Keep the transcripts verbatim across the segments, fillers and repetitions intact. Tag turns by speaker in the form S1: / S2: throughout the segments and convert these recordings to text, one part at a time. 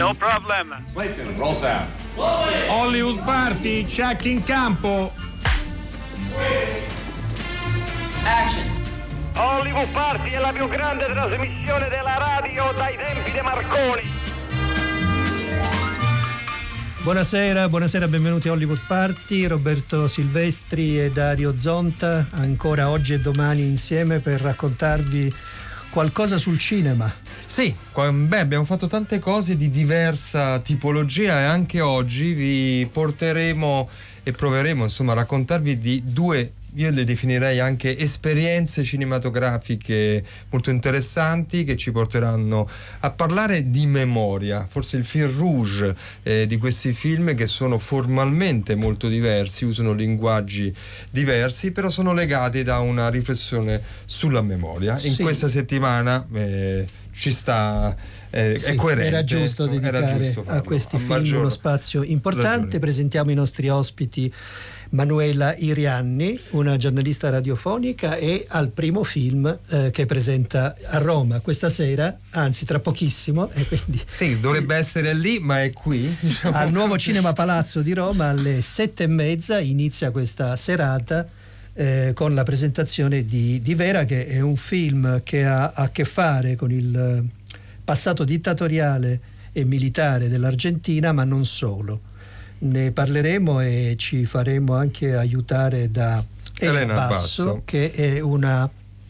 S1: No problem.
S2: Clayton, roll sound.
S3: Hollywood Party, check in campo.
S1: Action.
S4: Hollywood Party è la più grande trasmissione della radio dai tempi di Marconi.
S5: Buonasera, buonasera, benvenuti a Hollywood Party. Roberto Silvestri e Dario Zonta, ancora oggi e domani insieme per raccontarvi qualcosa sul cinema.
S6: Sì, beh, abbiamo fatto tante cose di diversa tipologia e anche oggi vi porteremo e proveremo insomma a raccontarvi di due, io le definirei anche esperienze cinematografiche molto interessanti che ci porteranno a parlare di memoria, forse il fil rouge eh, di questi film che sono formalmente molto diversi, usano linguaggi diversi, però sono legati da una riflessione sulla memoria. In
S5: sì.
S6: questa settimana eh, ci sta eh,
S5: sì,
S6: è coerente,
S5: era giusto dedicare
S6: era giusto
S5: a questi
S6: a
S5: film
S6: maggior
S5: uno spazio importante.
S6: ragione.
S5: Presentiamo i nostri ospiti. Manuela Irianni, una giornalista radiofonica, e al primo film eh, che presenta a Roma questa sera, anzi tra pochissimo, e quindi
S6: sì, dovrebbe essere lì, ma è qui, diciamo,
S5: al Nuovo
S6: così.
S5: Cinema Palazzo di Roma alle sette e mezza inizia questa serata eh, con la presentazione di, di Vera, che è un film che ha a che fare con il passato dittatoriale e militare dell'Argentina, ma non solo. Ne parleremo e ci faremo anche aiutare da Elena Basso, Basso, che è una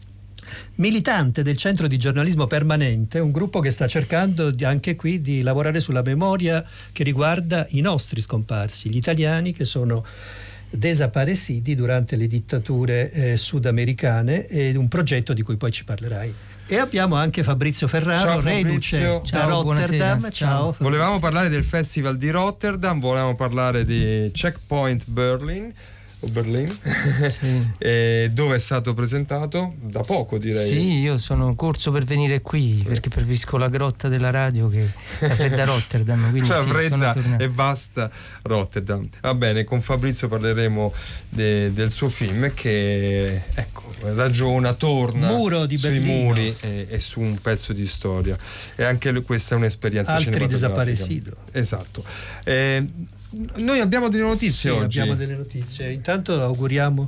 S5: militante del Centro di Giornalismo Permanente, un gruppo che sta cercando di, anche qui di lavorare sulla memoria che riguarda i nostri scomparsi, gli italiani che sono desapareciti durante le dittature eh, sudamericane, ed un progetto di cui poi ci parlerai. E abbiamo anche Fabrizio Ferraro, reduce da
S7: Ciao,
S5: Rotterdam.
S7: buonasera.
S5: Ciao.
S6: Volevamo parlare del Festival di Rotterdam, volevamo parlare di Checkpoint Berlin, o Berlin,
S7: Sì.
S6: eh, dove è stato presentato da poco, direi.
S7: Sì, io sono corso per venire qui perché preferisco la grotta della radio che la fredda Rotterdam, quindi
S6: la
S7: sì,
S6: fredda
S7: sono
S6: e vasta Rotterdam. Va bene, con Fabrizio parleremo de, del suo film che, ecco, ragiona, torna
S5: Muro di
S6: sui
S5: Berlino.
S6: muri e, e su un pezzo di storia, e anche lui, questa è un'esperienza
S5: Altri
S6: cinematografica.
S5: desaparecido.
S6: Esatto. Eh, noi abbiamo delle notizie
S5: Sì,
S6: oggi.
S5: abbiamo delle notizie. Intanto auguriamo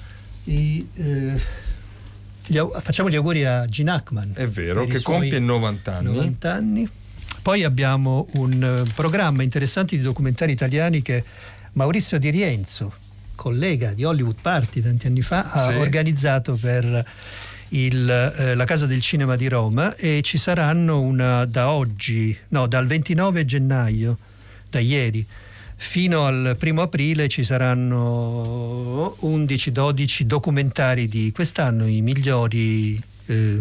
S5: i, eh, gli au- facciamo gli auguri a Gene Hackman.
S6: È vero,
S5: per i
S6: che
S5: suoi
S6: compie novanta anni.
S5: novanta anni. Poi abbiamo un eh, programma interessante di documentari italiani che Maurizio Di Rienzo, collega di Hollywood Party tanti anni fa, ha
S6: Sì.
S5: organizzato per il, eh, la Casa del Cinema di Roma, e ci saranno una da oggi, no, dal ventinove gennaio, da ieri, fino al primo aprile ci saranno undici dodici documentari di quest'anno, i migliori eh,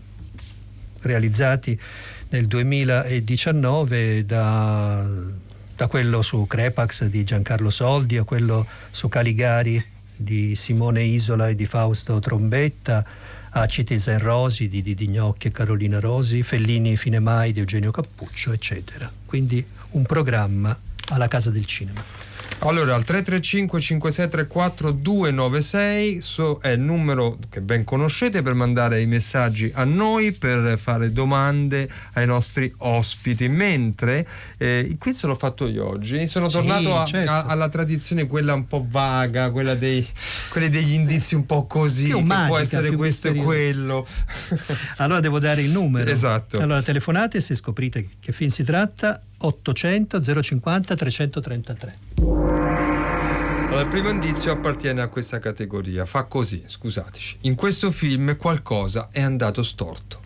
S5: realizzati nel duemiladiciannove, da, da quello su Crepax di Giancarlo Soldi a quello su Caligari di Simone Isola e di Fausto Trombetta, a Citizen Rosi di Didi Gnocchi e Carolina Rosi, Fellini Fine Mai di Eugenio Cappuccio, eccetera. Quindi un programma alla Casa del Cinema.
S6: Allora, al tre tre cinque cinque sei tre quattro due nove sei so, è il numero che ben conoscete per mandare i messaggi a noi, per fare domande ai nostri ospiti, mentre eh, il quiz l'ho fatto io oggi, sono
S5: Sì,
S6: tornato a,
S5: certo.
S6: a, alla tradizione quella un po' vaga, quella dei quelli degli indizi un po' così,
S5: Più
S6: che
S5: magica,
S6: può essere
S5: più
S6: questo e quello.
S5: Allora devo dare il numero.
S6: Esatto.
S5: Allora telefonate se scoprite che film si tratta, ottocento zero cinquanta trecentotrentatré.
S6: Allora, il primo indizio appartiene a questa categoria, fa così, scusateci: in questo film qualcosa è andato storto.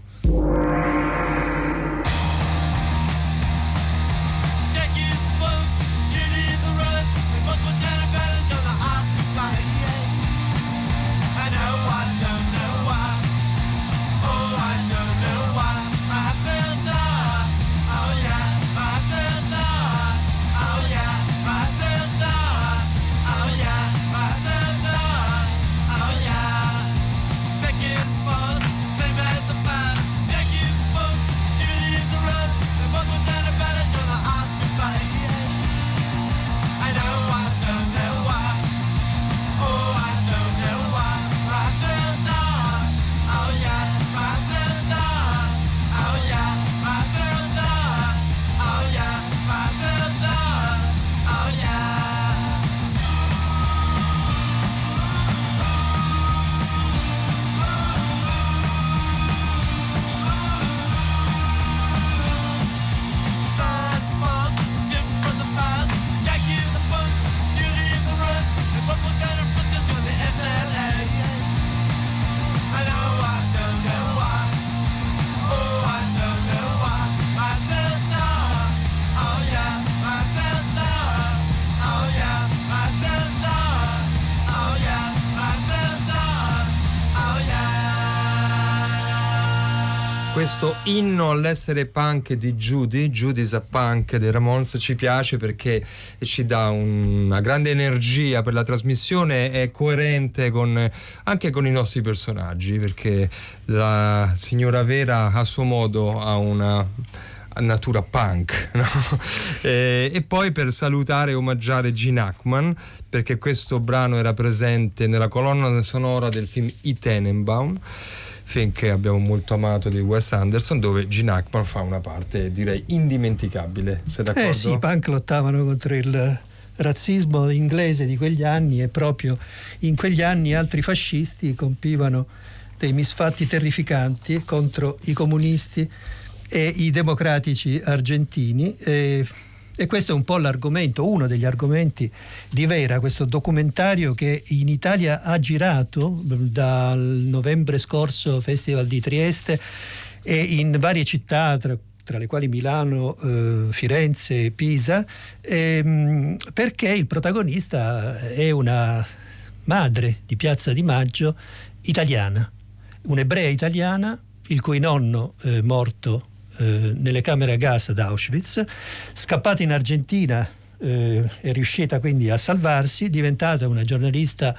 S6: questo inno all'essere punk di Judy, Judy's a Punk dei Ramones, ci piace perché ci dà un, una grande energia per la trasmissione, è coerente con, anche con i nostri personaggi, perché la signora Vera a suo modo ha una natura punk, no? e, e poi per salutare e omaggiare Gene Hackman, perché questo brano era presente nella colonna sonora del film I Tenenbaum, film che abbiamo molto amato di Wes Anderson, dove Gene Hackman fa una parte direi indimenticabile. Sei d'accordo?
S5: Eh sì, i punk lottavano contro il razzismo inglese di quegli anni, e proprio in quegli anni altri fascisti compivano dei misfatti terrificanti contro i comunisti e i democratici argentini, e, e questo è un po' l'argomento, uno degli argomenti di Vera, questo documentario che in Italia ha girato dal novembre scorso, Festival di Trieste, e in varie città tra, tra le quali Milano, eh, Firenze e Pisa, ehm, perché il protagonista è una madre di Piazza di Maggio italiana, un'ebrea italiana il cui nonno è morto eh, nelle camere a gas ad Auschwitz, scappata in Argentina, eh, è riuscita quindi a salvarsi, diventata una giornalista,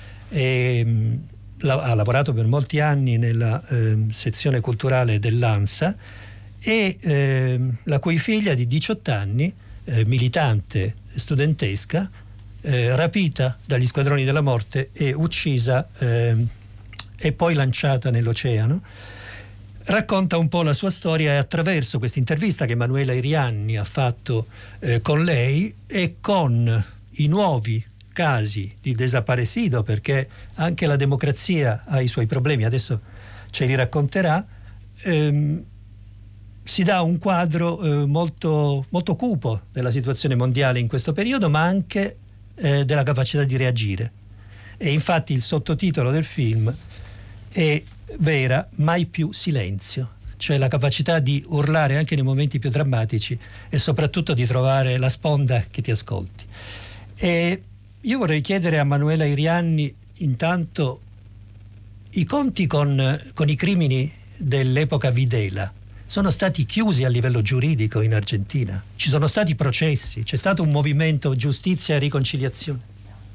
S5: eh, la, ha lavorato per molti anni nella eh, sezione culturale dell'ANSA, e eh, la cui figlia di diciotto anni, eh, militante studentesca, eh, rapita dagli squadroni della morte e uccisa eh, e poi lanciata nell'oceano. Racconta un po' la sua storia, e attraverso questa intervista che Manuela Irianni ha fatto eh, con lei e con i nuovi casi di desaparecido, perché anche la democrazia ha i suoi problemi, adesso ce li racconterà, ehm, si dà un quadro eh, molto, molto cupo della situazione mondiale in questo periodo, ma anche eh, della capacità di reagire. E infatti il sottotitolo del film è Vera, mai più silenzio, cioè la capacità di urlare anche nei momenti più drammatici e soprattutto di trovare la sponda che ti ascolti. E io vorrei chiedere a Manuela Irianni intanto i conti con, con i crimini dell'epoca Videla sono stati chiusi a livello giuridico in Argentina, ci sono stati processi, c'è stato un movimento giustizia e riconciliazione.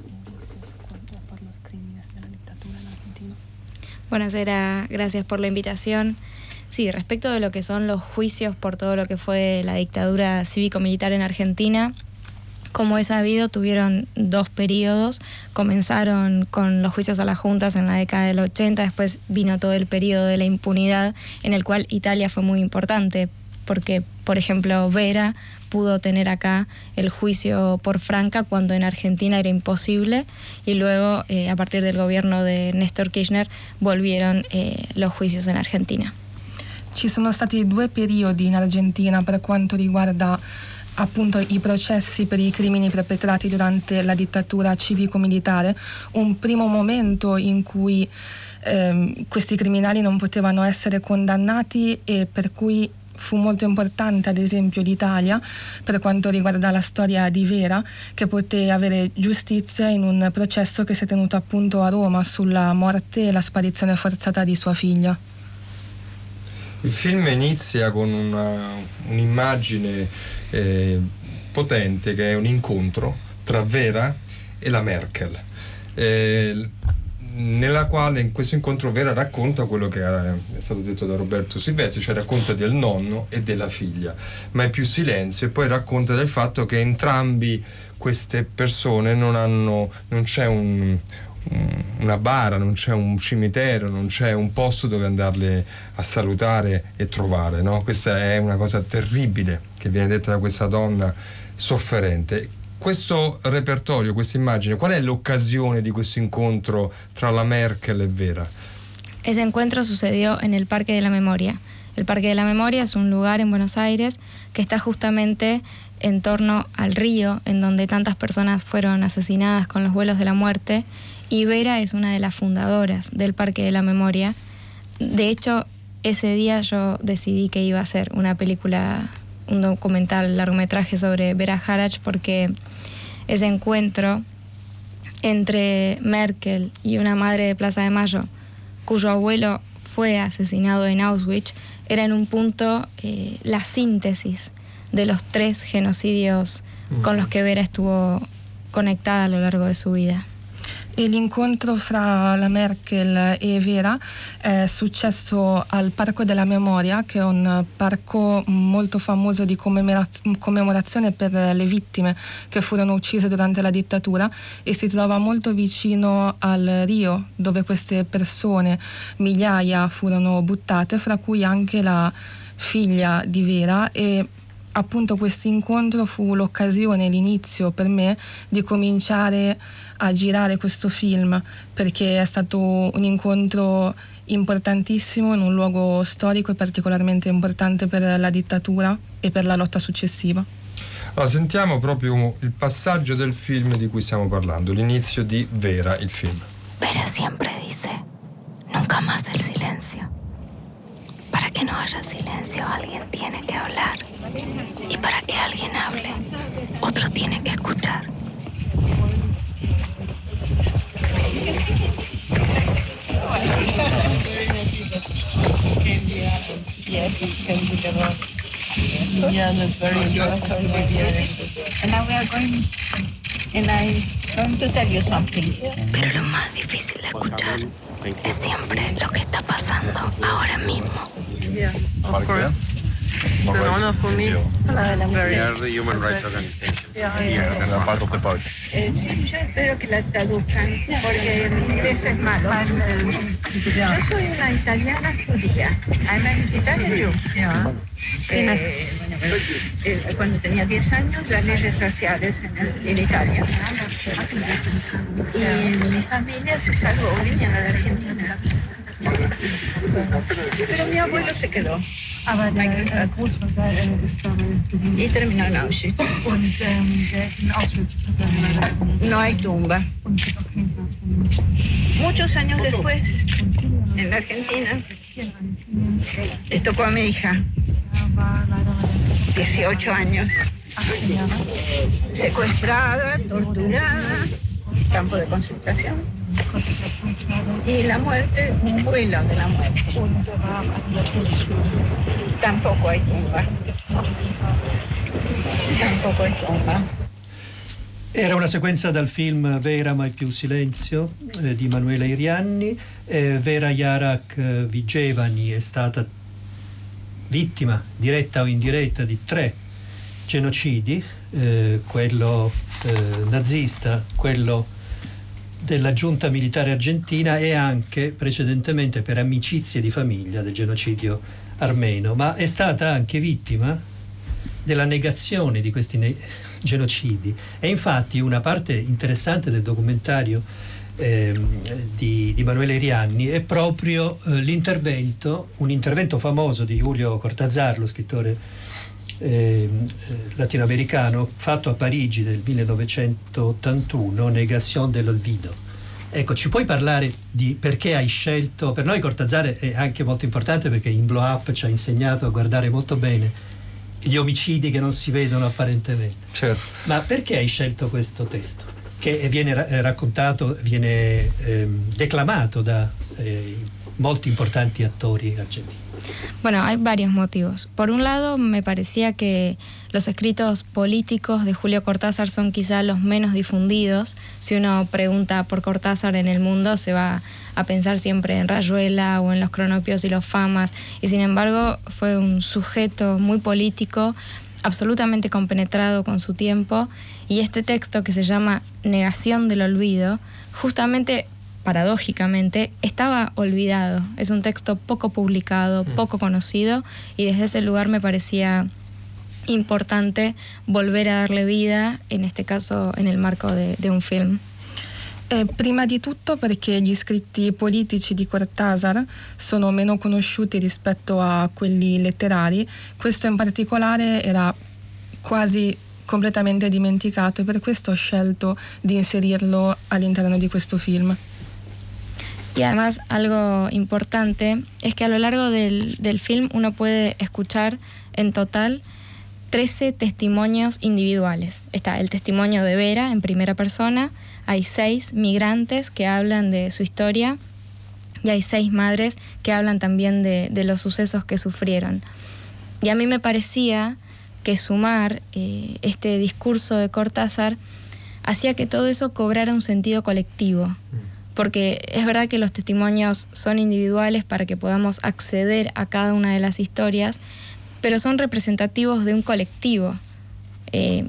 S2: Buonasera, gracias por la invitación. Sí, respecto de lo que son los juicios por todo lo que fue la dictadura cívico-militar en Argentina, como es sabido, tuvieron dos periodos. Comenzaron con los juicios a las juntas en la década del ochenta, después vino todo el periodo de la impunidad, en el cual Italia fue muy importante, porque, por ejemplo, Vera pudo tener acá el juicio por Franca cuando en Argentina era imposible, y luego eh, a partir del gobierno de Néstor Kirchner volvieron eh, los juicios en Argentina.
S8: Ci sono stati due periodi in Argentina per quanto riguarda appunto i processi per i crimini perpetrati durante la dittatura civico-militare. Un primo momento in cui ehm, questi criminali non potevano essere condannati, e per cui fu molto importante ad esempio l'Italia per quanto riguarda la storia di Vera, che poté avere giustizia in un processo che si è tenuto appunto a Roma sulla morte e la sparizione forzata di sua figlia.
S6: Il film inizia con una, un'immagine eh, potente, che è un incontro tra Vera e la Merkel, eh, nella quale in questo incontro Vera racconta quello che è stato detto da Roberto Silvestri, cioè racconta del nonno e della figlia, ma è più silenzio, e poi racconta del fatto che entrambi queste persone non hanno, non c'è un, una bara, non c'è un cimitero, non c'è un posto dove andarle a salutare e trovare, no? Questa è una cosa terribile che viene detta da questa donna sofferente. Questo repertorio, questa immagine, qual è l'occasione di questo incontro tra la Merkel e Vera?
S2: Ese encuentro sucedió en el Parque de la Memoria. El Parque de la Memoria es un lugar en Buenos Aires que está justamente en torno al río en donde tantas personas fueron asesinadas con los vuelos de la muerte, y Vera es una de las fundadoras del Parque de la Memoria. De hecho, ese día yo decidí que iba a hacer una película, un documental largometraje sobre Vera Jarač, porque ese encuentro entre Merkel y una madre de Plaza de Mayo, cuyo abuelo fue asesinado en Auschwitz, era en un punto eh, la síntesis de los tres genocidios mm. con los che Vera estuvo conectada a lo largo de su vida.
S8: E l'incontro fra la Merkel e Vera è successo al Parco della Memoria, che è un parco molto famoso di commemorazione per le vittime che furono uccise durante la dittatura, e si trova molto vicino al Rio, dove queste persone, migliaia, furono buttate, fra cui anche la figlia di Vera. E appunto questo incontro fu l'occasione, l'inizio per me di cominciare a girare questo film, perché è stato un incontro importantissimo in un luogo storico e particolarmente importante per la dittatura e per la lotta successiva.
S6: Allora, sentiamo proprio il passaggio del film di cui stiamo parlando, l'inizio di Vera, il film.
S9: Vera siempre dice, nunca más el silencio. Para que no haya silencio, alguien tiene que hablar. Y para que alguien hable, otro tiene que escuchar.
S10: Yeah, that's very interesting. And now we are going, and I'm going to tell you something.
S9: Pero lo más difícil de escuchar es siempre lo que está pasando ahora mismo.
S10: Yeah, of course. It's an honor for me.
S1: We are the human rights organization.
S10: Yeah,
S1: Here,
S10: yeah.
S1: and I'm part of the party.
S10: Eh, sí, yo espero que la traduzcan, porque mi inglés es malo. Yo soy una italiana judía. I'm an Italian Jew. Yeah. Eh, bueno, eh, cuando tenía diez años, las leyes raciales en, el, en Italia. Y mi familia se salvó, vinieron a la Argentina. Pero mi abuelo se quedó.
S11: Aber der äh, Großvater äh, ist dabei geblieben.
S10: Y terminó en Auschwitz.
S11: Und ähm, der ist in Auschwitz.
S10: No hay tumba. Muchos años después, en la Argentina, le tocó a mi hija, dieciocho años, secuestrada, torturada, campo de concentración, y la muerte fue la de la muerte. Tampoco hay tumba. Tampoco hay tumba.
S5: Era una sequenza dal film Vera mai più silenzio eh, di Manuela Irianni. Eh, Vera Yarak eh, Vigevani è stata vittima diretta o indiretta di tre genocidi, eh, quello eh, nazista, quello della giunta militare argentina e anche precedentemente per amicizie di famiglia del genocidio armeno, ma è stata anche vittima della negazione di questi ne- genocidi. E infatti una parte interessante del documentario eh, di, di Manuela Irianni è proprio eh, l'intervento, un intervento famoso di Julio Cortázar, lo scrittore eh, latinoamericano, fatto a Parigi nel millenovecentottantuno, Negación del Olvido. Ecco, ci puoi parlare di perché hai scelto? Per noi Cortázar è anche molto importante perché in Blow Up ci ha insegnato a guardare molto bene gli omicidi che non si vedono apparentemente.
S6: Certo.
S5: Ma perché hai scelto questo testo? Che viene ra- raccontato, viene eh, declamato da eh, molti importanti attori argentini.
S2: Bueno, hay varios motivos. Por un lado, me parecía que los escritos políticos de Julio Cortázar son quizá los menos difundidos. Si uno pregunta por Cortázar en el mundo, se va a pensar siempre en Rayuela o en los Cronopios y los Famas. Y sin embargo, fue un sujeto muy político, absolutamente compenetrado con su tiempo. Y este texto, que se llama Negación del Olvido, justamente, paradójicamente, estaba olvidado. Es un texto poco publicado, poco conocido, y desde ese lugar me parecía importante volver a darle vida, en este caso en el marco de, de un film.
S8: Eh, prima di tutto perché gli scritti politici di Cortázar sono meno conosciuti rispetto a quelli letterari. Questo in particolare era quasi completamente dimenticato e per questo ho scelto di inserirlo all'interno di questo film.
S2: Y además algo importante es que a lo largo del, del film uno puede escuchar en total trece testimonios individuales. Está el testimonio de Vera en primera persona, hay seis migrantes que hablan de su historia, y hay seis madres que hablan también de, de los sucesos que sufrieron. Y a mí me parecía que sumar eh, este discurso de Cortázar hacía que todo eso cobrara un sentido colectivo, porque es verdad que los testimonios son individuales para que podamos acceder a cada una de las historias, pero son representativos de un colectivo. Eh,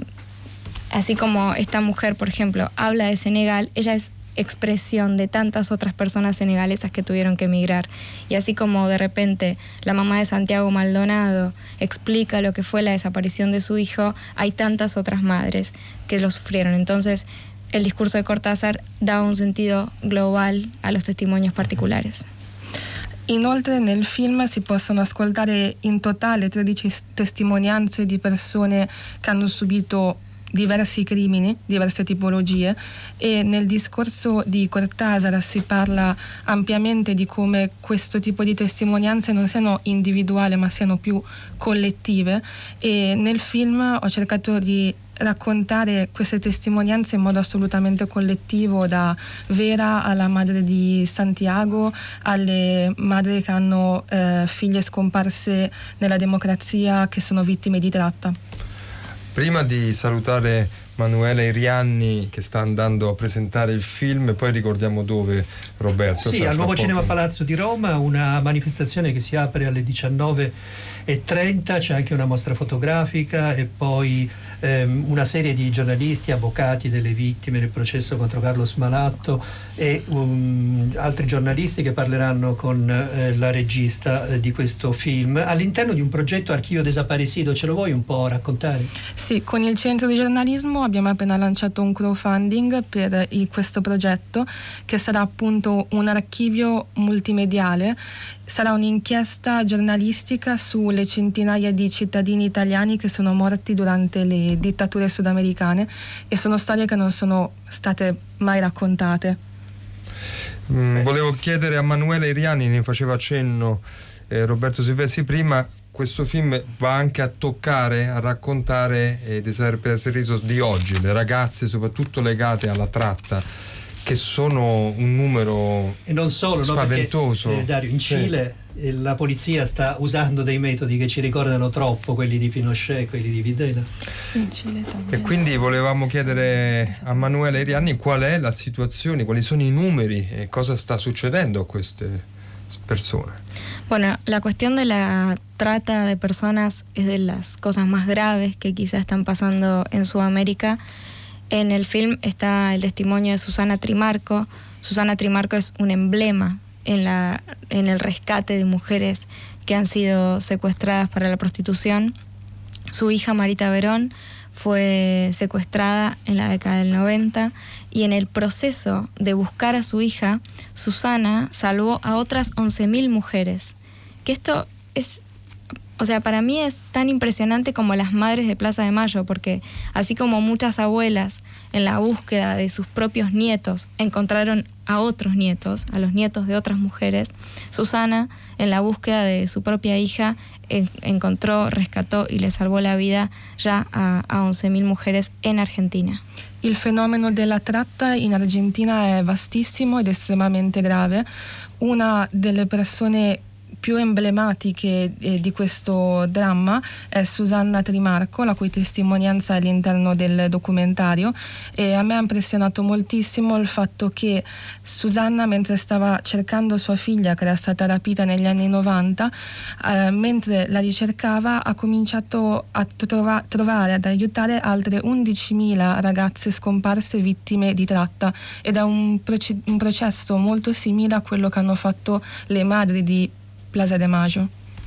S2: así como esta mujer, por ejemplo, habla de Senegal, ella es expresión de tantas otras personas senegalesas que tuvieron que emigrar. Y así como de repente la mamá de Santiago Maldonado explica lo que fue la desaparición de su hijo, hay tantas otras madres que lo sufrieron. Entonces, el discurso de Cortázar dava un sentido global a los testimonios particulares.
S8: Inoltre nel film si possono ascoltare in totale tredici testimonianze di persone che hanno subito diversi crimini, diverse tipologie, e nel discorso di Cortázar si parla ampiamente di come questo tipo di testimonianze non siano individuali ma siano più collettive, e nel film ho cercato di raccontare queste testimonianze in modo assolutamente collettivo, da Vera alla madre di Santiago, alle madri che hanno eh, figlie scomparse nella democrazia, che sono vittime di tratta.
S6: Prima di salutare Manuela Irianni che sta andando a presentare il film, poi ricordiamo dove, Roberto.
S5: Sì, al Nuovo Cinema Palazzo di Roma, una manifestazione che si apre alle diciannove e trenta, c'è anche una mostra fotografica e poi ehm, una serie di giornalisti, avvocati delle vittime del processo contro Carlos Malatto e um, altri giornalisti che parleranno con eh, la regista eh, di questo film all'interno di un progetto Archivio Desaparecido. Ce lo vuoi un po' raccontare?
S8: Sì, con il Centro di Giornalismo abbiamo appena lanciato un crowdfunding per il, questo progetto, che sarà appunto un archivio multimediale. Sarà un'inchiesta giornalistica sulle centinaia di cittadini italiani che sono morti durante le dittature sudamericane, e sono storie che non sono state mai raccontate.
S6: Mm, volevo chiedere a Manuela Irianni, ne faceva accenno eh, Roberto Silvestri prima, questo film va anche a toccare, a raccontare eh, Desaparecidos di oggi, le ragazze soprattutto legate alla tratta, che sono un numero
S5: e non solo,
S6: spaventoso.
S5: No, perché, eh, Dario, in Cile sì. la polizia sta usando dei metodi che ci ricordano troppo quelli di Pinochet, quelli di Videla.
S8: In Cile
S6: e quindi volevamo chiedere a Manuela Irianni qual è la situazione, quali sono i numeri e cosa está sucediendo a queste personas.
S2: Bueno, la cuestión de la trata de personas es de las cosas más graves que quizás están pasando en Sudamérica. En el film está el testimonio de Susana Trimarco. Susana Trimarco es un emblema en, la, en el rescate de mujeres que han sido secuestradas para la prostitución. Su hija Marita Verón fue secuestrada en la década del noventa, y en el proceso de buscar a su hija, Susana salvó a otras once mil mujeres. Que esto es... O sea, para mí es tan impresionante como las madres de Plaza de Mayo, porque así como muchas abuelas en la búsqueda de sus propios nietos encontraron a otros nietos, a los nietos de otras mujeres, Susana en la búsqueda de su propia hija en, encontró, rescató y le salvó la vida ya a, a once mil mujeres en Argentina.
S8: Il fenomeno della tratta in Argentina è vastissimo ed estremamente grave. Una delle persone più emblematiche eh, di questo dramma è Susanna Trimarco, la cui testimonianza è all'interno del documentario, e a me ha impressionato moltissimo il fatto che Susanna, mentre stava cercando sua figlia che era stata rapita negli anni novanta, eh, mentre la ricercava ha cominciato a trova- trovare, ad aiutare altre undicimila ragazze scomparse vittime di tratta, ed è un, proce- un processo molto simile a quello che hanno fatto le madri di Plaza de Mayo.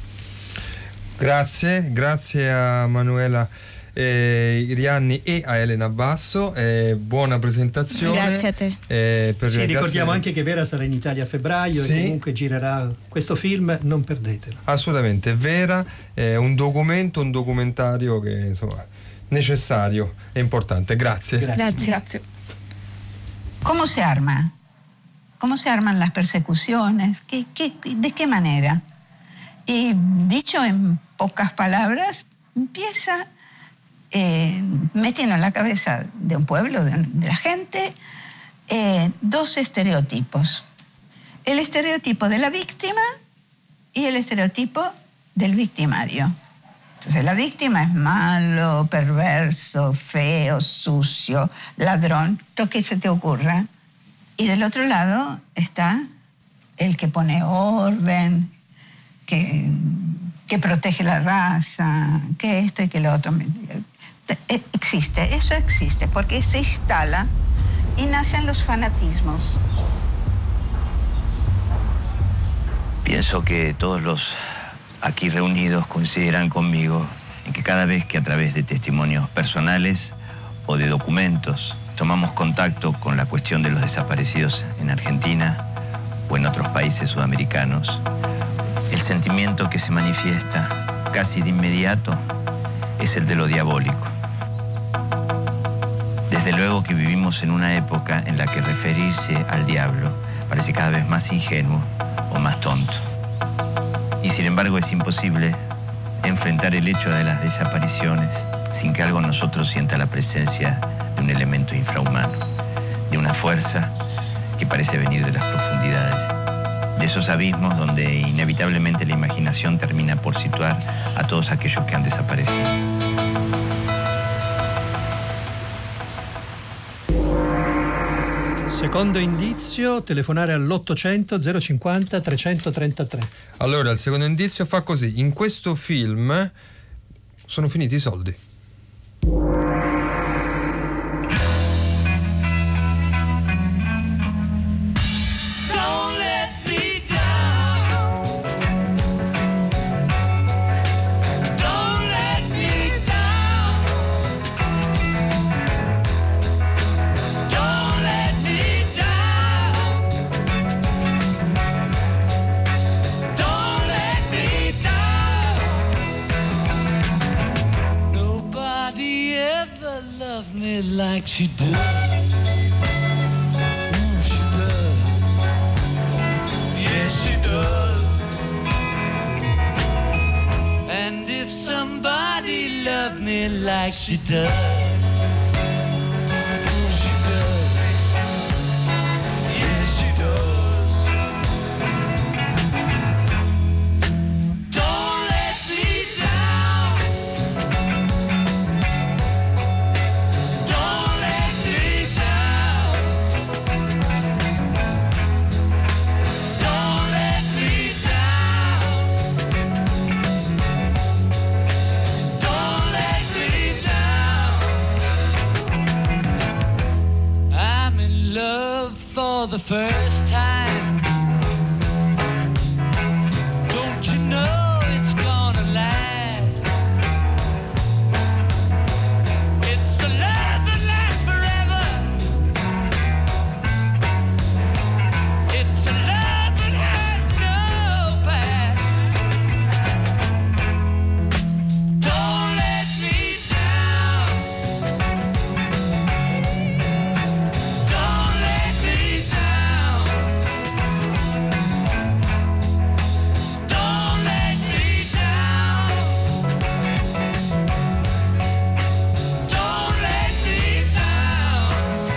S6: Grazie, grazie a Manuela eh, Irianni e a Elena Basso, eh, buona presentazione.
S2: Grazie a te.
S6: Eh, per
S5: sì, ricordiamo
S6: grazie...
S5: anche che Vera sarà in Italia a febbraio sì. E comunque girerà questo film, non perdetelo.
S6: Assolutamente, Vera è un documento, un documentario che insomma necessario e importante. Grazie.
S2: Grazie. Grazie.
S8: Grazie.
S12: ¿Cómo se arma? ¿Cómo se arman las persecuciones? ¿Qué, qué, ¿De qué manera? Y dicho en pocas palabras, empieza eh, metiendo en la cabeza de un pueblo, de, de la gente, eh, dos estereotipos. el estereotipo de la víctima y el estereotipo del victimario. Entonces la víctima es malo, perverso, feo, sucio, ladrón, lo que se te ocurra. Y del otro lado está el que pone orden, que, que protege la raza, que esto y que lo otro. Existe, eso existe, porque se instala y nacen los fanatismos.
S13: Pienso que todos los aquí reunidos coincidirán conmigo en que cada vez que a través de testimonios personales o de documentos tomamos contacto con la cuestión de los desaparecidos en Argentina o en otros países sudamericanos, el sentimiento que se manifiesta casi de inmediato es el de lo diabólico. Desde luego que vivimos en una época en la que referirse al diablo parece cada vez más ingenuo o más tonto. Y sin embargo es imposible enfrentar el hecho de las desapariciones sin que algo en nosotros sienta la presencia de un elemento infrahumano, de una fuerza que parece venir de las profundidades, de esos abismos donde inevitablemente la imaginación termina por situar a todos aquellos que han desaparecido.
S5: Secondo indizio, telefonare all'ottocento zero cinquanta trecentotrentatré.
S6: Allora, il secondo indizio fa così: in questo film sono finiti i soldi.
S14: Like she does. Ooh, she does. Yes, she does. And if somebody loved me like she does, ooh, she does. Yes, she does. For the first time, don't you know it's gonna last? It's a love that lasts forever. It's a love that has no past. Don't let me down. Don't let me down. Don't let me down. Don't let me down.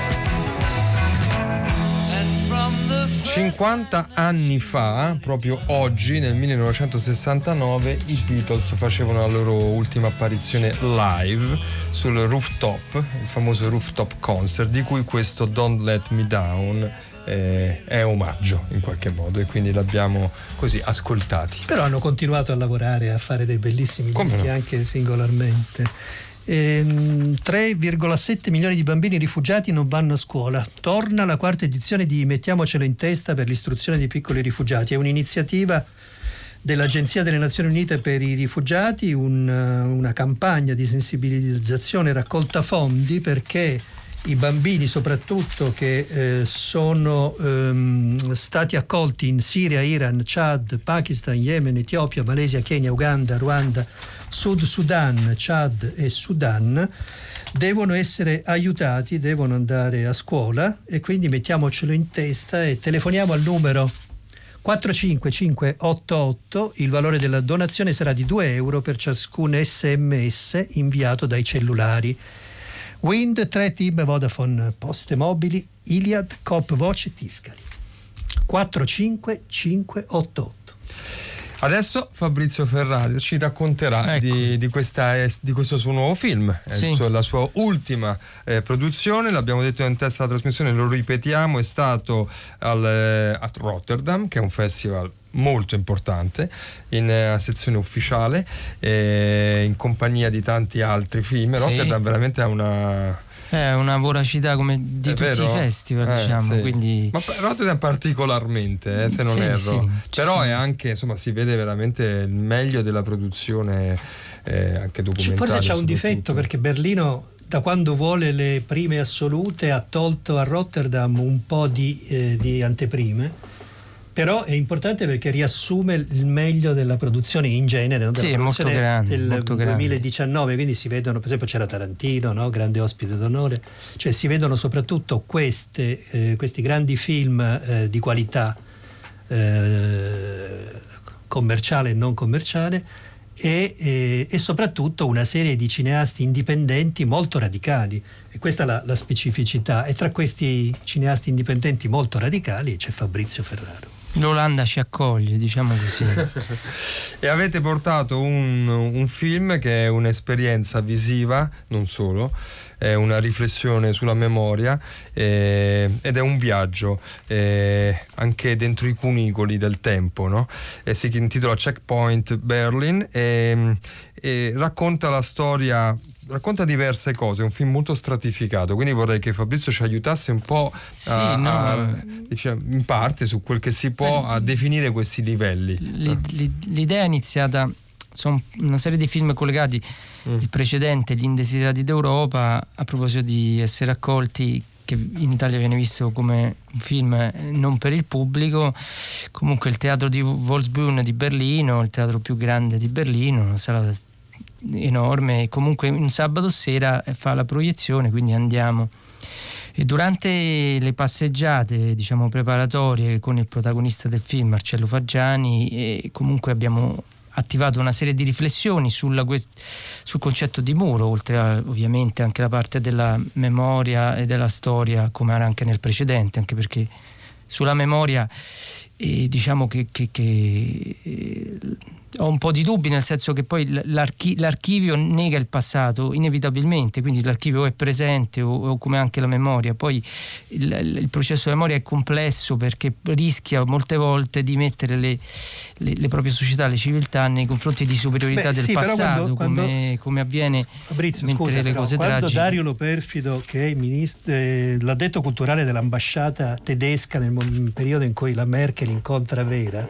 S14: And from the first
S6: cinquanta anni fa, proprio oggi, nel millenovecentosessantanove, i Beatles facevano la loro ultima apparizione live sul Rooftop, il famoso Rooftop Concert, di cui questo Don't Let Me Down eh, è omaggio in qualche modo, e quindi l'abbiamo così ascoltati.
S5: Però hanno continuato a lavorare, a fare dei bellissimi
S6: Come
S5: dischi
S6: no?
S5: anche singolarmente. Ehm, tre virgola sette milioni di bambini rifugiati non vanno a scuola. Torna la quarta edizione di Mettiamocelo in testa per l'istruzione dei piccoli rifugiati. È un'iniziativa dell'Agenzia delle Nazioni Unite per i rifugiati, un, una campagna di sensibilizzazione, raccolta fondi perché i bambini soprattutto che eh, sono ehm, stati accolti in Siria, Iran, Chad, Pakistan, Yemen, Etiopia, Malesia, Kenya, Uganda, Ruanda, Sud Sudan, Chad e Sudan devono essere aiutati, devono andare a scuola, e quindi mettiamocelo in testa e telefoniamo al numero quattro cinque cinque otto otto. Il valore della donazione sarà di due euro per ciascun sms inviato dai cellulari. Wind, tre T I M, Vodafone, Poste Mobili, Iliad, Coop Voce, Tiscali. quattro cinque cinque otto otto.
S6: Adesso Fabrizio Ferrari ci racconterà ecco. di, di, questa, di questo suo nuovo film, sì. È la sua ultima eh, produzione, l'abbiamo detto in testa della trasmissione, lo ripetiamo, è stato al, eh, a Rotterdam, che è un festival molto importante, in uh, sezione ufficiale, eh, in compagnia di tanti altri film. Sì. Rotterdam veramente ha una...
S7: È una voracità come di
S6: è
S7: tutti
S6: vero?
S7: i festival,
S6: eh,
S7: diciamo,
S6: sì.
S7: quindi...
S6: Ma Rotterdam particolarmente, eh, se non
S7: sì,
S6: erro.
S7: Sì,
S6: però è anche, insomma, si vede veramente il meglio della produzione eh, anche documentaria.
S5: Forse c'è un difetto, perché Berlino, da quando vuole le prime assolute, ha tolto a Rotterdam un po' di, eh, di anteprime. Però è importante perché riassume il meglio della produzione in genere, no? Della
S7: sì,
S5: produzione
S7: molto grande,
S5: del
S7: molto
S5: duemiladiciannove,
S7: grande.
S5: Quindi si vedono, per esempio c'era Tarantino, no? Grande ospite d'onore, cioè si vedono soprattutto queste, eh, questi grandi film eh, di qualità eh, commerciale e non commerciale, e, e, e soprattutto una serie di cineasti indipendenti molto radicali, e questa è la, la specificità, e tra questi cineasti indipendenti molto radicali c'è Fabrizio Ferraro.
S7: L'Olanda ci accoglie, diciamo così.
S6: E avete portato un, un film che è un'esperienza visiva, non solo, è una riflessione sulla memoria, eh, ed è un viaggio eh, anche dentro i cunicoli del tempo, no? E si intitola Checkpoint Berlin e, e racconta la storia, racconta diverse cose, è un film molto stratificato, quindi vorrei che Fabrizio ci aiutasse un po'
S7: sì,
S6: a,
S7: no,
S6: a, diciamo, in parte su quel che si può a definire questi livelli.
S7: L'idea è iniziata, sono una serie di film collegati, mm. il precedente, Gli Indesiderati d'Europa, a proposito di essere accolti, che in Italia viene visto come un film non per il pubblico. Comunque il teatro di Wolfsbühne di Berlino, il teatro più grande di Berlino, una sala enorme, comunque un sabato sera fa la proiezione, quindi andiamo. E durante le passeggiate, diciamo, preparatorie con il protagonista del film, Marcello Faggiani, e comunque abbiamo attivato una serie di riflessioni sulla, sul concetto di muro, oltre a ovviamente anche la parte della memoria e della storia, come era anche nel precedente, anche perché sulla memoria eh, diciamo che, che, che eh, ho un po' di dubbi, nel senso che poi l'archi- l'archivio nega il passato inevitabilmente, quindi l'archivio è presente o, o come anche la memoria. Poi il, il processo di memoria è complesso perché rischia molte volte di mettere le, le, le proprie società, le civiltà nei confronti di superiorità Beh, del sì, passato, quando, come, quando, come avviene
S5: Fabrizio,
S7: mentre
S5: scusa,
S7: le
S5: però,
S7: cose
S5: quando
S7: tragiche.
S5: Dario Lo Perfido, che è il ministro, eh, l'addetto culturale dell'ambasciata tedesca nel, nel periodo in cui la Merkel incontra Vera,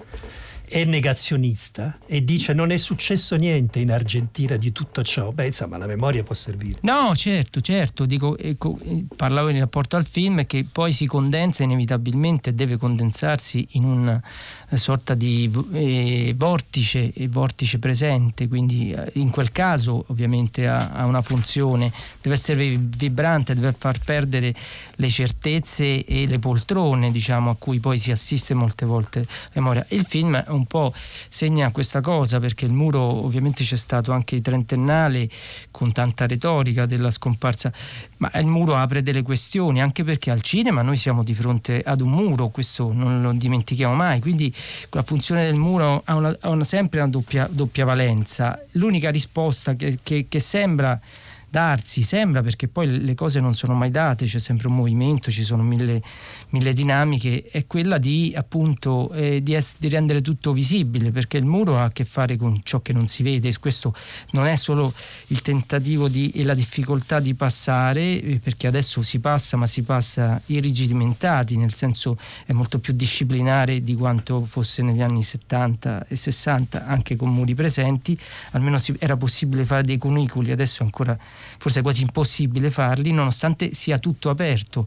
S5: è negazionista e dice non è successo niente in Argentina di tutto ciò, beh, insomma, la memoria può servire.
S7: No, certo, certo, dico, ecco, parlavo in rapporto al film che poi si condensa inevitabilmente, deve condensarsi in una sorta di eh, vortice e vortice presente, quindi eh, in quel caso ovviamente ha, ha una funzione, deve essere vibrante, deve far perdere le certezze e le poltrone, diciamo, a cui poi si assiste molte volte la memoria. Il film è un po' segna questa cosa, perché il muro, ovviamente c'è stato anche il trentennale con tanta retorica della scomparsa, ma il muro apre delle questioni, anche perché al cinema noi siamo di fronte ad un muro, questo non lo dimentichiamo mai, quindi la funzione del muro ha, una, ha una, sempre una doppia, doppia valenza. L'unica risposta che, che, che sembra darsi, sembra, perché poi le cose non sono mai date, c'è sempre un movimento, ci sono mille, mille dinamiche, è quella di appunto eh, di, es- di rendere tutto visibile, perché il muro ha a che fare con ciò che non si vede. Questo non è solo il tentativo di, e la difficoltà di passare, eh, perché adesso si passa, ma si passa irrigidimentati, nel senso è molto più disciplinare di quanto fosse negli anni settanta e sessanta, anche con muri presenti. Almeno si, era possibile fare dei cunicoli, adesso ancora forse è quasi impossibile farli, nonostante sia tutto aperto.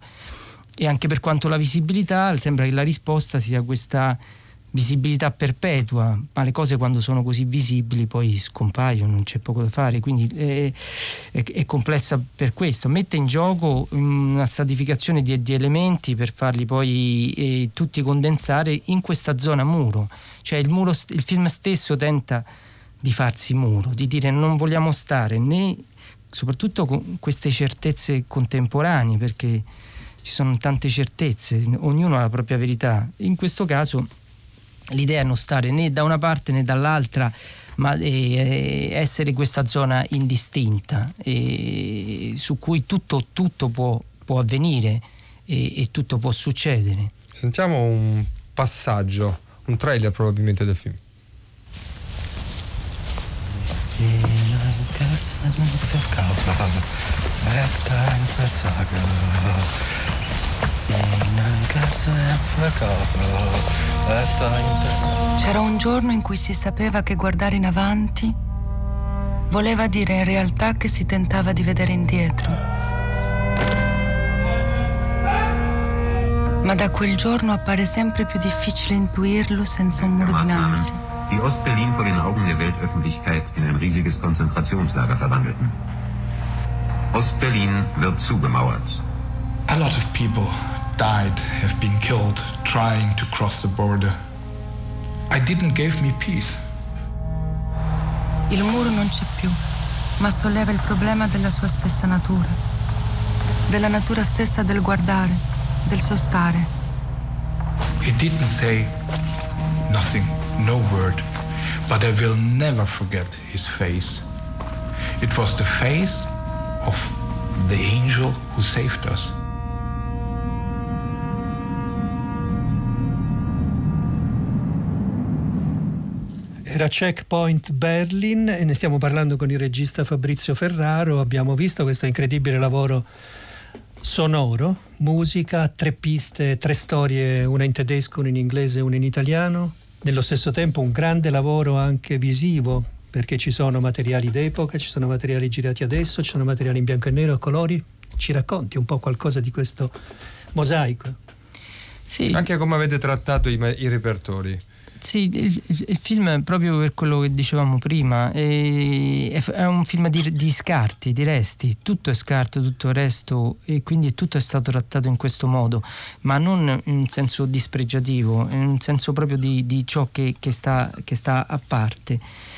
S7: E anche per quanto la visibilità, sembra che la risposta sia questa visibilità perpetua, ma le cose quando sono così visibili poi scompaiono, non c'è poco da fare, quindi è, è, è complessa per questo. Mette in gioco una stratificazione di, di elementi per farli poi eh, tutti condensare in questa zona muro, cioè il muro, il film stesso tenta di farsi muro, di dire non vogliamo stare né soprattutto con queste certezze contemporanee, perché ci sono tante certezze, ognuno ha la propria verità. In questo caso l'idea è non stare né da una parte né dall'altra, ma eh, essere questa zona indistinta, eh, su cui tutto, tutto può, può avvenire e, e tutto può succedere.
S6: Sentiamo un passaggio, un trailer probabilmente del film.
S15: C'era un giorno in cui si sapeva che guardare in avanti voleva dire in realtà che si tentava di vedere indietro. Ma da quel giorno appare sempre più difficile intuirlo senza un muro dinanzi.
S16: Die Ost-Berlin vor den Augen der Weltöffentlichkeit in ein riesiges Konzentrationslager verwandelten. Ost-Berlin wird zugemauert.
S17: A lot of people died, have been killed trying to cross the border. I didn't give me peace.
S15: Il muro non c'è più, ma solleva il problema della sua stessa natura, della natura stessa del guardare, del sostare.
S17: He didn't say nothing, no word, but I will never forget his face. It was the face of the angel who saved us.
S5: Era Checkpoint Berlin e ne stiamo parlando con il regista Fabrizio Ferraro. Abbiamo visto questo incredibile lavoro sonoro, musica, tre piste, tre storie, una in tedesco, una in inglese e una in italiano. Nello stesso tempo un grande lavoro anche visivo, perché ci sono materiali d'epoca, ci sono materiali girati adesso, ci sono materiali in bianco e nero, a colori. Ci racconti un po' qualcosa di questo mosaico?
S7: Sì.
S6: Anche come avete trattato i, i repertori.
S7: Sì, il, il film, proprio per quello che dicevamo prima, è, è un film di, di scarti, di resti. Tutto è scarto, tutto è resto, e quindi tutto è stato trattato in questo modo, ma non in un senso dispregiativo, in un senso proprio di, di ciò che, che, sta, che sta a parte.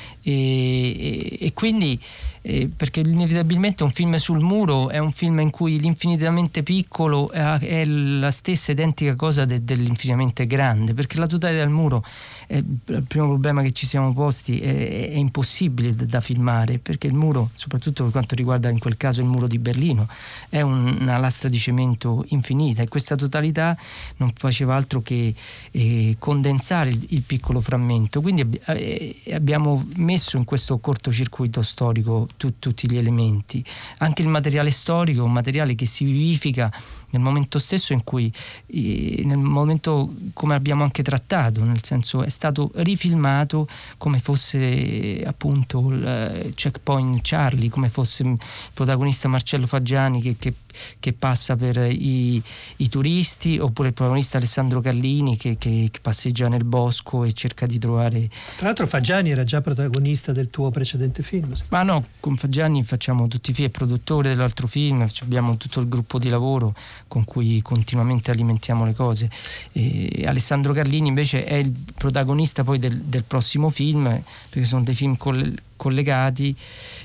S7: E, e quindi eh, perché inevitabilmente un film sul muro è un film in cui l'infinitamente piccolo è, è la stessa identica cosa de, dell'infinitamente grande, perché la totalità del muro è, il primo problema che ci siamo posti è, è impossibile da, da filmare, perché il muro, soprattutto per quanto riguarda in quel caso il muro di Berlino, è un, una lastra di cemento infinita, e questa totalità non faceva altro che eh, condensare il, il piccolo frammento. Quindi ab- eh, abbiamo messo messo in questo cortocircuito storico tu, tutti gli elementi, anche il materiale storico, un materiale che si vivifica nel momento stesso in cui, eh, nel momento come abbiamo anche trattato, nel senso è stato rifilmato come fosse appunto il Checkpoint Charlie, come fosse il protagonista Marcello Faggiani che, che, che passa per i, i turisti, oppure il protagonista Alessandro Carlini che, che, che passeggia nel bosco e cerca di trovare.
S5: Tra l'altro Faggiani era già protagonista del tuo precedente film.
S7: Ma no, con Faggiani facciamo tutti i film, è produttore dell'altro film, abbiamo tutto il gruppo di lavoro con cui continuamente alimentiamo le cose. E Alessandro Carlini invece è il protagonista poi del, del prossimo film, perché sono dei film coll- collegati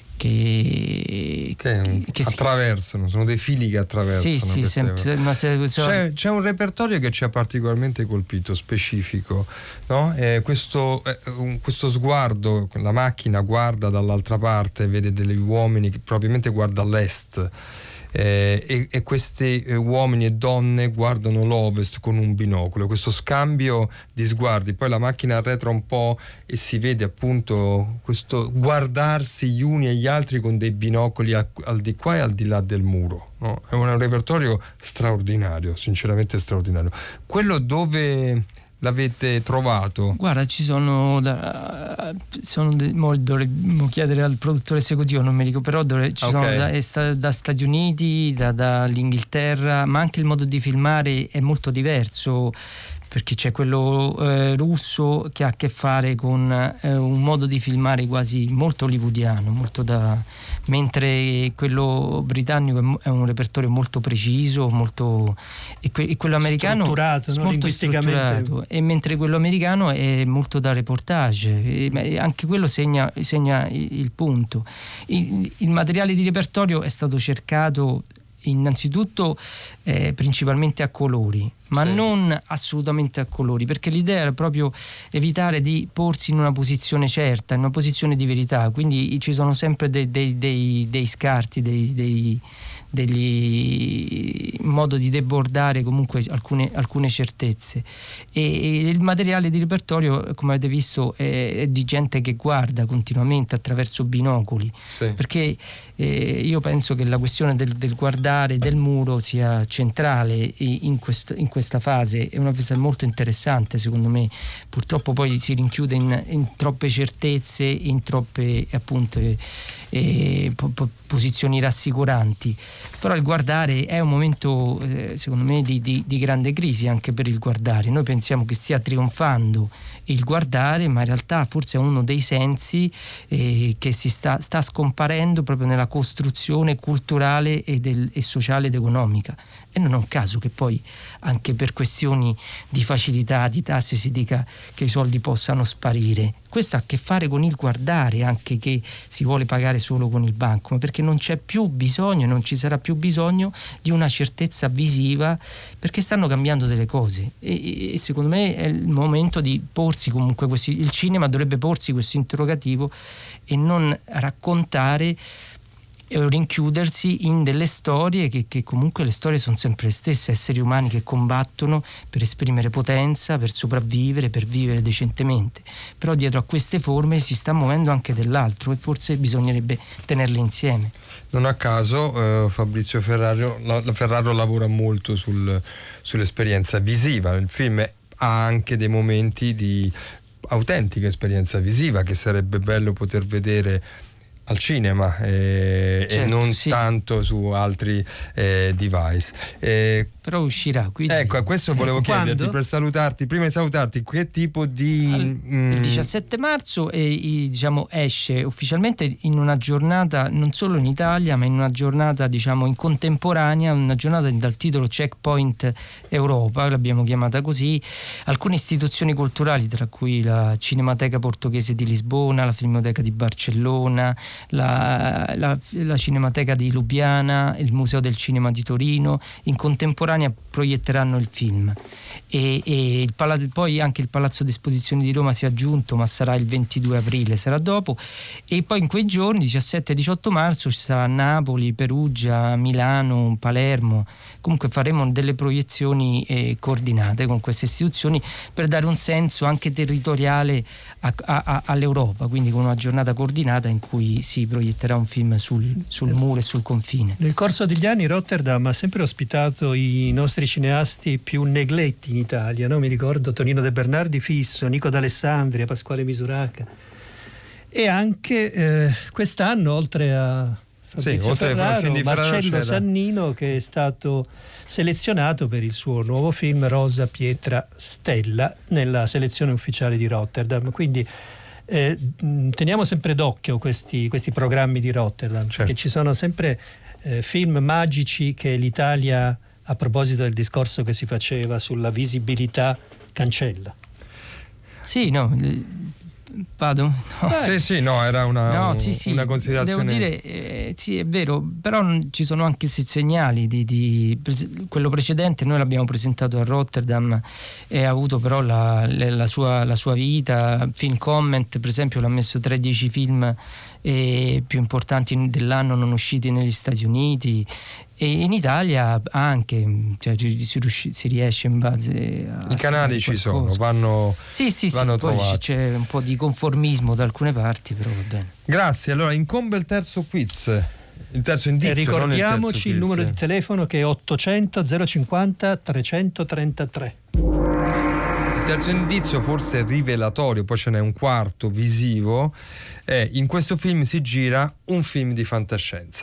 S7: che,
S6: che, che attraversano, si... sono dei fili che attraversano.
S7: Sì, sì, sempre, ma se, so...
S6: c'è, c'è un repertorio che ci ha particolarmente colpito, specifico, no? Eh, questo, eh, un, questo sguardo, la macchina guarda dall'altra parte, vede degli uomini che probabilmente guarda all'est. Eh, e, e questi eh, uomini e donne guardano l'ovest con un binocolo, questo scambio di sguardi, poi la macchina arretra un po' e si vede appunto questo guardarsi gli uni e gli altri con dei binocoli a, al di qua e al di là del muro, no? È un repertorio straordinario, sinceramente straordinario. Quello dove l'avete trovato?
S7: Guarda, ci sono da, sono de, mo dovremmo chiedere al produttore esecutivo, non mi ricordo, però dove, ci okay. sono da, è sta, da Stati Uniti, da, dall'Inghilterra, ma anche il modo di filmare è molto diverso, perché c'è quello eh, russo che ha a che fare con eh, un modo di filmare quasi molto hollywoodiano, molto da, mentre quello britannico è un repertorio molto preciso, molto, e, que, e quello americano
S5: strutturato, no?
S7: molto strutturato, e mentre quello americano è molto da reportage, e anche quello segna, segna il, il punto. Il, il materiale di repertorio è stato cercato innanzitutto eh, principalmente a colori, ma sì. non assolutamente a colori, perché l'idea era proprio evitare di porsi in una posizione certa, in una posizione di verità, quindi ci sono sempre dei, dei, dei, dei scarti, dei, dei degli modo di debordare comunque alcune, alcune certezze, e, e il materiale di repertorio, come avete visto, è, è di gente che guarda continuamente attraverso binocoli, sì. perché eh, io penso che la questione del, del guardare del muro sia centrale in, questo, in questa fase. È una fase molto interessante, secondo me. Purtroppo poi si rinchiude in, in troppe certezze, in troppe appunto eh, eh, po- po- posizioni rassicuranti. Però il guardare è un momento eh, secondo me di, di, di grande crisi anche per il guardare. Noi pensiamo che stia trionfando il guardare, ma in realtà forse è uno dei sensi eh, che si sta, sta scomparendo proprio nella costruzione culturale e, del, e sociale ed economica. E non è un caso che poi anche per questioni di facilità, di tasse, si dica che i soldi possano sparire. Questo ha a che fare con il guardare, anche che si vuole pagare solo con il banco, ma perché non c'è più bisogno, non ci sarà più bisogno di una certezza visiva, perché stanno cambiando delle cose. E, e secondo me è il momento di porsi comunque questi, il cinema dovrebbe porsi questo interrogativo e non raccontare o rinchiudersi in delle storie che, che comunque le storie sono sempre le stesse, esseri umani che combattono per esprimere potenza, per sopravvivere, per vivere decentemente. Però dietro a queste forme si sta muovendo anche dell'altro e forse bisognerebbe tenerle insieme.
S6: Non a caso eh, Fabrizio Ferraro, la, Ferraro lavora molto sul, sull'esperienza visiva. Il film ha anche dei momenti di autentica esperienza visiva che sarebbe bello poter vedere al cinema eh, certo, e non sì. tanto su altri eh, device. Eh,
S7: Però uscirà. Quindi...
S6: Ecco, a questo volevo
S7: Quando?
S6: chiederti, per salutarti, prima di salutarti, che tipo di...
S7: Al,
S6: mm,
S7: il diciassette marzo e, diciamo, esce ufficialmente in una giornata, non solo in Italia, ma in una giornata, diciamo, in contemporanea, una giornata dal titolo Checkpoint Europa, l'abbiamo chiamata così. Alcune istituzioni culturali, tra cui la Cinemateca Portoghese di Lisbona, la Filmoteca di Barcellona, La, la, la Cinemateca di Lubiana, il Museo del Cinema di Torino, in contemporanea proietteranno il film. E, e il palazzo, poi anche il Palazzo d'Esposizioni di Roma si è aggiunto, ma sarà il ventidue aprile, sarà dopo. E poi in quei giorni, diciassette e diciotto marzo, ci sarà Napoli, Perugia, Milano, Palermo. Comunque faremo delle proiezioni eh, coordinate con queste istituzioni per dare un senso anche territoriale a, a, a, all'Europa, quindi con una giornata coordinata in cui si proietterà un film sul, sul muro e sul confine.
S5: Nel corso degli anni Rotterdam ha sempre ospitato i nostri cineasti più negletti in Italia, no? Mi ricordo Tonino De Bernardi fisso, Nico D'Alessandria, Pasquale Misuraca, e anche eh, quest'anno oltre a Fabrizio sì, oltre Ferraro, di Marcello c'era... Sannino, che è stato selezionato per il suo nuovo film Rosa Pietra Stella nella selezione ufficiale di Rotterdam. Quindi Eh, teniamo sempre d'occhio questi, questi programmi di Rotterdam, certo. Perché ci sono sempre eh, film magici che l'Italia, a proposito del discorso che si faceva sulla visibilità, cancella.
S7: Sì, no, vado? No.
S6: Sì, sì, no, era una,
S7: no, sì, sì,
S6: una considerazione.
S7: Devo dire, eh, sì, è vero, però ci sono anche segnali di, di quello precedente. Noi l'abbiamo presentato a Rotterdam e ha avuto però la, la, sua, la sua vita. Film Comment, per esempio, l'ha messo tra i dieci film eh, più importanti dell'anno non usciti negli Stati Uniti. E in Italia anche, cioè, si, si riesce in base a...
S6: I canali ci sono, vanno
S7: Sì, sì,
S6: vanno
S7: sì, poi
S6: trovati.
S7: C'è un po' di conformismo da alcune parti, però va bene.
S6: Grazie, allora incombe il terzo quiz, il terzo indizio.
S5: E ricordiamoci
S6: non il, terzo
S5: il
S6: quiz.
S5: numero di telefono che è ottocento zero cinquanta trecentotrentatré.
S6: Il terzo indizio, forse rivelatorio, poi ce n'è un quarto visivo, è: in questo film si gira un film di fantascienza.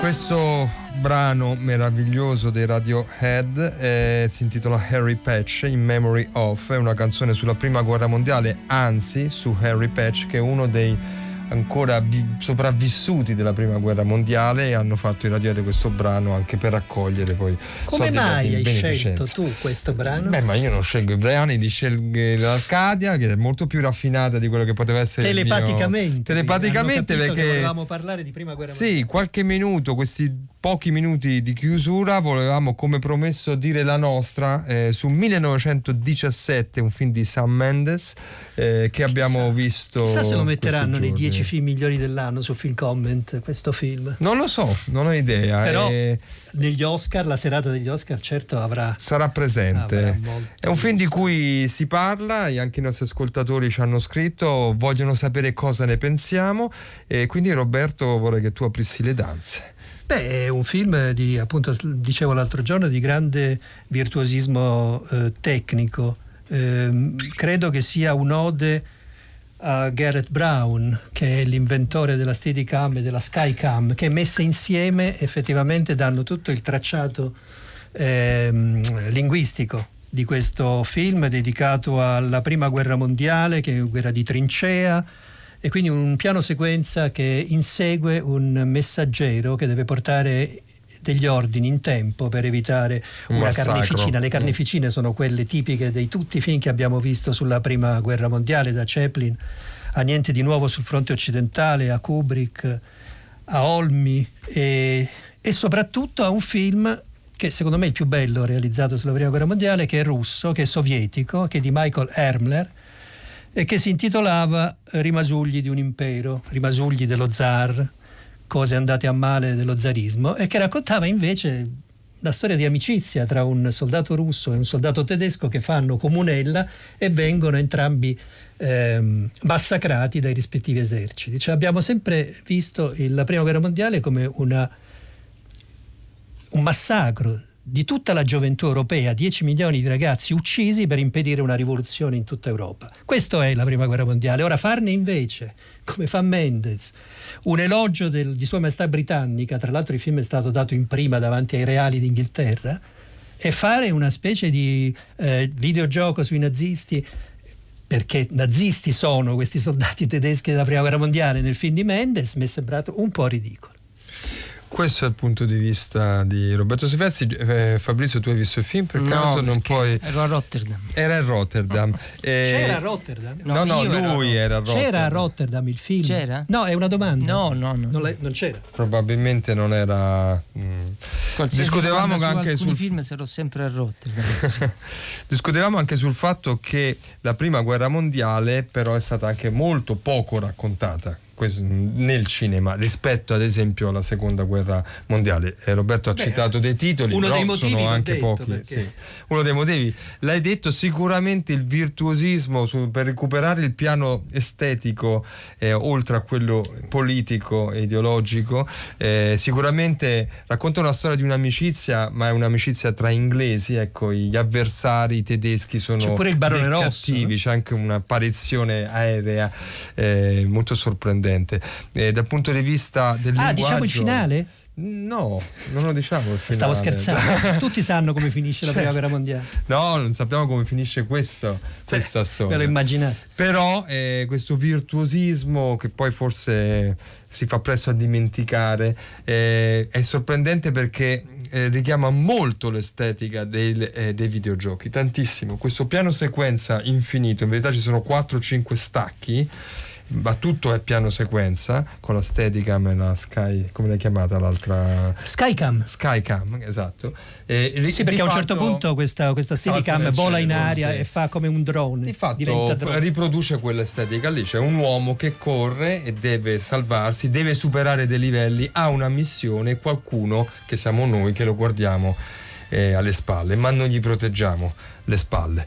S6: Questo brano meraviglioso dei Radiohead eh, si intitola Harry Patch in Memory of, è una canzone sulla prima guerra mondiale, anzi su Harry Patch, che è uno dei ancora vi- sopravvissuti della prima guerra mondiale, e hanno fatto i Radiohead questo brano anche per raccogliere poi
S5: come
S6: soldi
S5: mai
S6: per
S5: hai
S6: beneficenza.
S5: scelto tu questo brano?
S6: Beh, ma io non scelgo i brani, li sceglie l'Arcadia, che è molto più raffinata di quello che poteva essere
S5: telepaticamente
S6: il mio... telepaticamente
S5: perché
S6: che
S5: volevamo parlare di prima guerra mondiale.
S6: sì, qualche minuto, questi pochi minuti di chiusura, volevamo come promesso dire la nostra eh, su millenovecentodiciassette, un film di Sam Mendes eh, che abbiamo
S5: chissà,
S6: visto.
S5: Chissà se lo metteranno nei
S6: giorni.
S5: dieci film migliori dell'anno su Film Comment, questo film.
S6: Non lo so, non ho idea.
S5: Però
S6: eh,
S5: negli Oscar, la serata degli Oscar certo avrà
S6: sarà presente.
S5: avrà molto
S6: È un film di
S5: gusto.
S6: cui si parla, e anche i nostri ascoltatori ci hanno scritto, vogliono sapere cosa ne pensiamo, e quindi Roberto vorrei che tu aprissi le danze.
S5: Beh, è un film di, appunto, dicevo l'altro giorno, di grande virtuosismo eh, tecnico. Eh, credo che sia un'ode a Garrett Brown, che è l'inventore della Steadicam e della Skycam, che messe insieme effettivamente danno tutto il tracciato eh, linguistico di questo film dedicato alla prima guerra mondiale, che è una guerra di trincea, e quindi un piano sequenza che insegue un messaggero che deve portare degli ordini in tempo per evitare
S6: Un
S5: una
S6: massacro.
S5: carneficina. Le carneficine sono quelle tipiche dei tutti i film che abbiamo visto sulla prima guerra mondiale, da Chaplin a Niente di nuovo sul fronte occidentale, a Kubrick, a Olmi, e, e soprattutto a un film che secondo me è il più bello realizzato sulla prima guerra mondiale, che è russo, che è sovietico, che è di Michael Ermler, e che si intitolava Rimasugli di un impero, rimasugli dello zar, cose andate a male dello zarismo, e che raccontava invece la storia di amicizia tra un soldato russo e un soldato tedesco che fanno comunella e vengono entrambi ehm, massacrati dai rispettivi eserciti. Cioè, abbiamo sempre visto il, la prima guerra mondiale come una, un massacro di tutta la gioventù europea, dieci milioni di ragazzi uccisi per impedire una rivoluzione in tutta Europa. Questo è la prima guerra mondiale. Ora, farne invece, come fa Mendes, un elogio del, di Sua Maestà Britannica, tra l'altro il film è stato dato in prima davanti ai reali d'Inghilterra, e fare una specie di eh, videogioco sui nazisti, perché nazisti sono questi soldati tedeschi della prima guerra mondiale nel film di Mendes, mi è sembrato un po' ridicolo.
S6: Questo è il punto di vista di Roberto Silvestri. eh, Fabrizio, tu hai visto il film? Per
S7: No,
S6: caso non puoi.
S7: Ero a Rotterdam.
S6: Era a Rotterdam. Eh,
S5: C'era a Rotterdam?
S6: No, no,
S7: io ero-
S6: lui era a Rotterdam.
S5: C'era a Rotterdam il film?
S7: C'era?
S5: No, è una domanda.
S7: No, no, no.
S5: Non, l'hai- non c'era.
S6: Probabilmente non era. mm.
S7: Qualsiasi
S6: Discutevamo
S7: domanda su
S6: anche
S7: alcuni
S6: sul
S7: film sarò sempre a Rotterdam.
S6: Discutevamo anche sul fatto che la prima guerra mondiale però è stata anche molto poco raccontata questo, nel cinema, rispetto ad esempio alla seconda guerra mondiale. eh, Roberto ha
S5: Beh,
S6: citato dei titoli,
S5: uno
S6: però
S5: dei motivi
S6: sono
S5: l'ho
S6: anche
S5: detto,
S6: pochi.
S5: perché-
S6: Sì. Uno dei motivi, l'hai detto, sicuramente il virtuosismo su- per recuperare il piano estetico eh, oltre a quello politico e ideologico. eh, sicuramente racconta una storia di un'amicizia, ma è un'amicizia tra inglesi, ecco, gli avversari tedeschi sono
S5: C'è pure il Barone
S6: dei
S5: Rosso,
S6: cattivi,
S5: no?
S6: c'è anche un'apparizione aerea eh, molto sorprendente. Eh, dal punto di vista del
S5: Ah,
S6: linguaggio,
S5: diciamo il finale?
S6: No, non lo diciamo il finale.
S5: Stavo scherzando. Tutti sanno come finisce la prima
S6: Certo.
S5: guerra mondiale.
S6: No, non sappiamo come finisce questo, questa storia.
S5: Ve lo immaginate.
S6: Però eh, questo virtuosismo che poi forse si fa presto a dimenticare eh, è sorprendente, perché eh, richiama molto l'estetica dei, eh, dei videogiochi, tantissimo. Questo piano sequenza infinito, in verità ci sono quattro cinque stacchi, ma tutto è piano sequenza con la Steadicam e la Sky, come l'hai chiamata l'altra?
S5: Skycam.
S6: Skycam, esatto. E,
S5: Sì, perché a un certo punto questa, questa Steadicam vola in aria
S6: sì.
S5: e fa come un drone.
S6: Di fatto
S5: diventa drone.
S6: riproduce quell'estetica lì. C'è un uomo che corre e deve salvarsi, deve superare dei livelli, ha una missione, e qualcuno, che siamo noi, che lo guardiamo eh, alle spalle, ma non gli proteggiamo le spalle.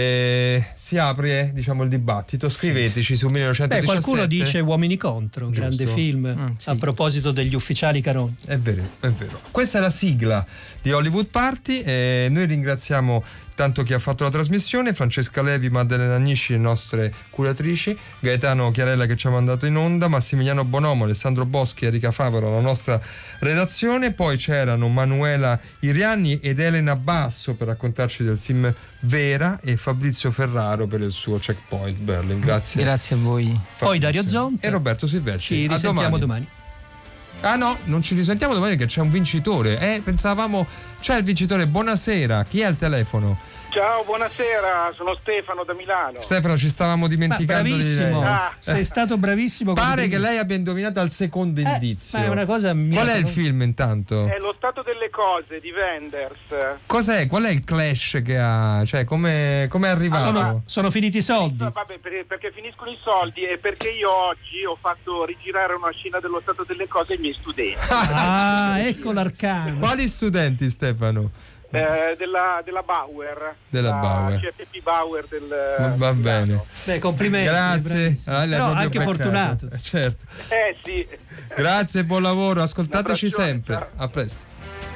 S6: Eh, si apre diciamo il dibattito. Scriveteci su millenovecentodiciassette.
S5: Beh, qualcuno dice Uomini contro, un
S6: Giusto.
S5: grande film
S6: Mm, sì.
S5: a proposito degli ufficiali Caroni.
S6: È vero, è vero. Questa è la sigla di Hollywood Party e noi ringraziamo tanto chi ha fatto la trasmissione, Francesca Levi, Maddalena Agnisci, le nostre curatrici, Gaetano Chiarella che ci ha mandato in onda, Massimiliano Bonomo, Alessandro Boschi, Erika Favaro, la nostra redazione. Poi c'erano Manuela Irianni ed Elena Basso per raccontarci del film Vera, e Fabrizio Ferraro per il suo Checkpoint Berlin. Grazie.
S7: Grazie a voi.
S5: Fabrizio. Poi Dario Zonta
S6: e Roberto Silvestri.
S5: Ci risentiamo domani.
S6: Ah no, non ci risentiamo domani perché c'è un vincitore. Eh, pensavamo, c'è il vincitore. Buonasera, chi è al telefono?
S18: Ciao, buonasera, sono Stefano da Milano.
S6: Stefano, ci stavamo dimenticando.
S5: Ma bravissimo,
S6: di lei.
S5: Ah. sei stato bravissimo.
S6: Pare che lei abbia indovinato al secondo
S5: eh,
S6: indizio.
S5: Ma è una cosa
S6: Qual è il film intanto?
S18: È Lo stato delle cose di Wenders.
S6: Cos'è? Qual è il clash che ha? Cioè, come è arrivato?
S5: Sono, sono finiti i soldi.
S18: Vabbè, per, perché finiscono i soldi e perché io oggi ho fatto rigirare una scena dello stato delle cose ai miei studenti.
S5: Ah, ecco l'arcano.
S6: Quali studenti, Stefano?
S18: Eh, della, della Bauer,
S6: della Bauer,
S18: C F P Bauer del
S6: va bene.
S18: Milano.
S5: Beh, complimenti.
S6: Grazie.
S5: Ah, però anche
S6: peccato.
S5: fortunato.
S6: Certo.
S18: Eh sì.
S6: Grazie, buon lavoro, ascoltateci sempre. A presto.